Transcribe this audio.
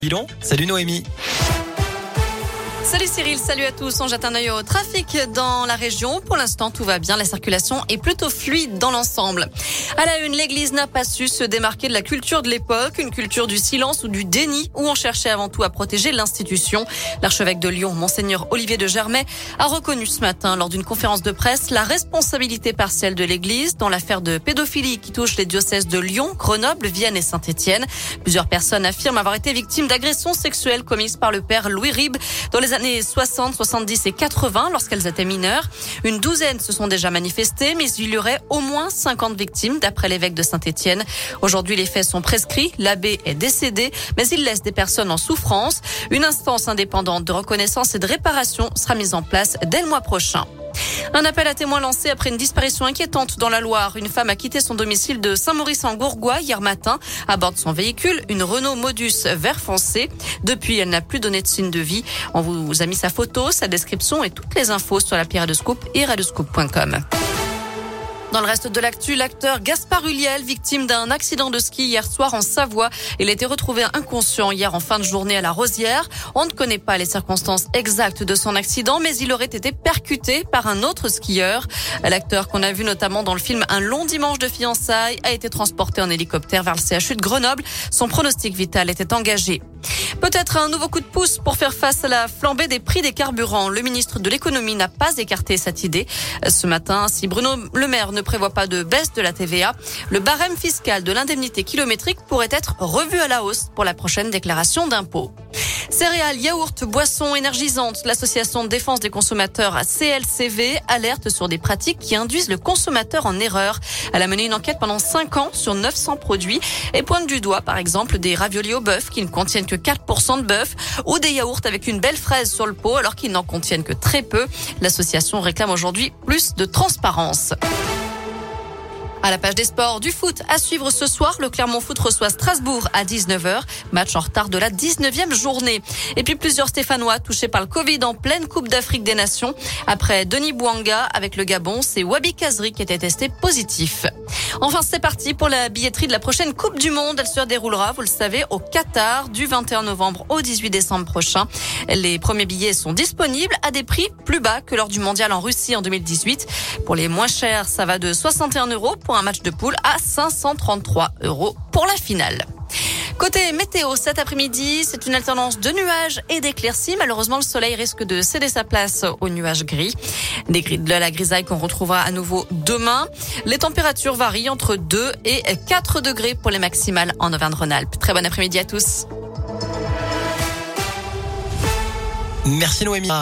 Bilon, salut Noémie. Salut Cyril, salut à tous. On jette un œil au trafic dans la région. Pour l'instant, tout va bien. La circulation est plutôt fluide dans l'ensemble. À la une, l'église n'a pas su se démarquer de la culture de l'époque, une culture du silence ou du déni, où on cherchait avant tout à protéger l'institution. L'archevêque de Lyon, Monseigneur Olivier de Germay, a reconnu ce matin, lors d'une conférence de presse, la responsabilité partielle de l'église dans l'affaire de pédophilie qui touche les diocèses de Lyon, Grenoble, Vienne et Saint-Étienne. Plusieurs personnes affirment avoir été victimes d'agressions sexuelles commises par le père Louis Ribes dans les années 60, 70 et 80 lorsqu'elles étaient mineures. Une douzaine se sont déjà manifestées, mais il y aurait au moins 50 victimes d'après l'évêque de Saint-Étienne. Aujourd'hui, les faits sont prescrits. L'abbé est décédé, mais il laisse des personnes en souffrance. Une instance indépendante de reconnaissance et de réparation sera mise en place dès le mois prochain. Un appel à témoins lancé après une disparition inquiétante dans la Loire. Une femme a quitté son domicile de Saint-Maurice-en-Gourgois hier matin. À bord de son véhicule, une Renault Modus vert foncé. Depuis, elle n'a plus donné de signe de vie. On vous a mis sa photo, sa description et toutes les infos sur l'appli Radioscoop et radioscoop.com. Dans le reste de l'actu, l'acteur Gaspard Ulliel, victime d'un accident de ski hier soir en Savoie. Il a été retrouvé inconscient hier en fin de journée à la Rosière. On ne connaît pas les circonstances exactes de son accident, mais il aurait été percuté par un autre skieur. L'acteur qu'on a vu notamment dans le film Un long dimanche de fiançailles a été transporté en hélicoptère vers le CHU de Grenoble. Son pronostic vital était engagé. Peut-être un nouveau coup de pouce pour faire face à la flambée des prix des carburants. Le ministre de l'économie n'a pas écarté cette idée. Ce matin, si Bruno Le Maire ne prévoit pas de baisse de la TVA, le barème fiscal de l'indemnité kilométrique pourrait être revu à la hausse pour la prochaine déclaration d'impôt. Céréales, yaourts, boissons énergisantes. L'association de défense des consommateurs CLCV alerte sur des pratiques qui induisent le consommateur en erreur. Elle a mené une enquête pendant 5 ans sur 900 produits et pointe du doigt, par exemple, des raviolis au bœuf qui ne contiennent que 4% de bœuf ou des yaourts avec une belle fraise sur le pot alors qu'ils n'en contiennent que très peu. L'association réclame aujourd'hui plus de transparence. À la page des sports, du foot à suivre ce soir. Le Clermont Foot reçoit Strasbourg à 19h. Match en retard de la 19e journée. Et puis plusieurs Stéphanois touchés par le Covid en pleine Coupe d'Afrique des Nations. Après Denis Bouanga avec le Gabon, c'est Wabi Kazri qui était testé positif. Enfin, c'est parti pour la billetterie de la prochaine Coupe du Monde. Elle se déroulera, vous le savez, au Qatar du 21 novembre au 18 décembre prochain. Les premiers billets sont disponibles à des prix plus bas que lors du mondial en Russie en 2018. Pour les moins chers, ça va de 61 € pour un match de poule à 533 € pour la finale. Côté météo, cet après-midi, c'est une alternance de nuages et d'éclaircies. Malheureusement, le soleil risque de céder sa place aux nuages gris. De la grisaille qu'on retrouvera à nouveau demain. Les températures varient entre 2 et 4 degrés pour les maximales en Auvergne-Rhône-Alpes. Très bon après-midi à tous. Merci Noémie.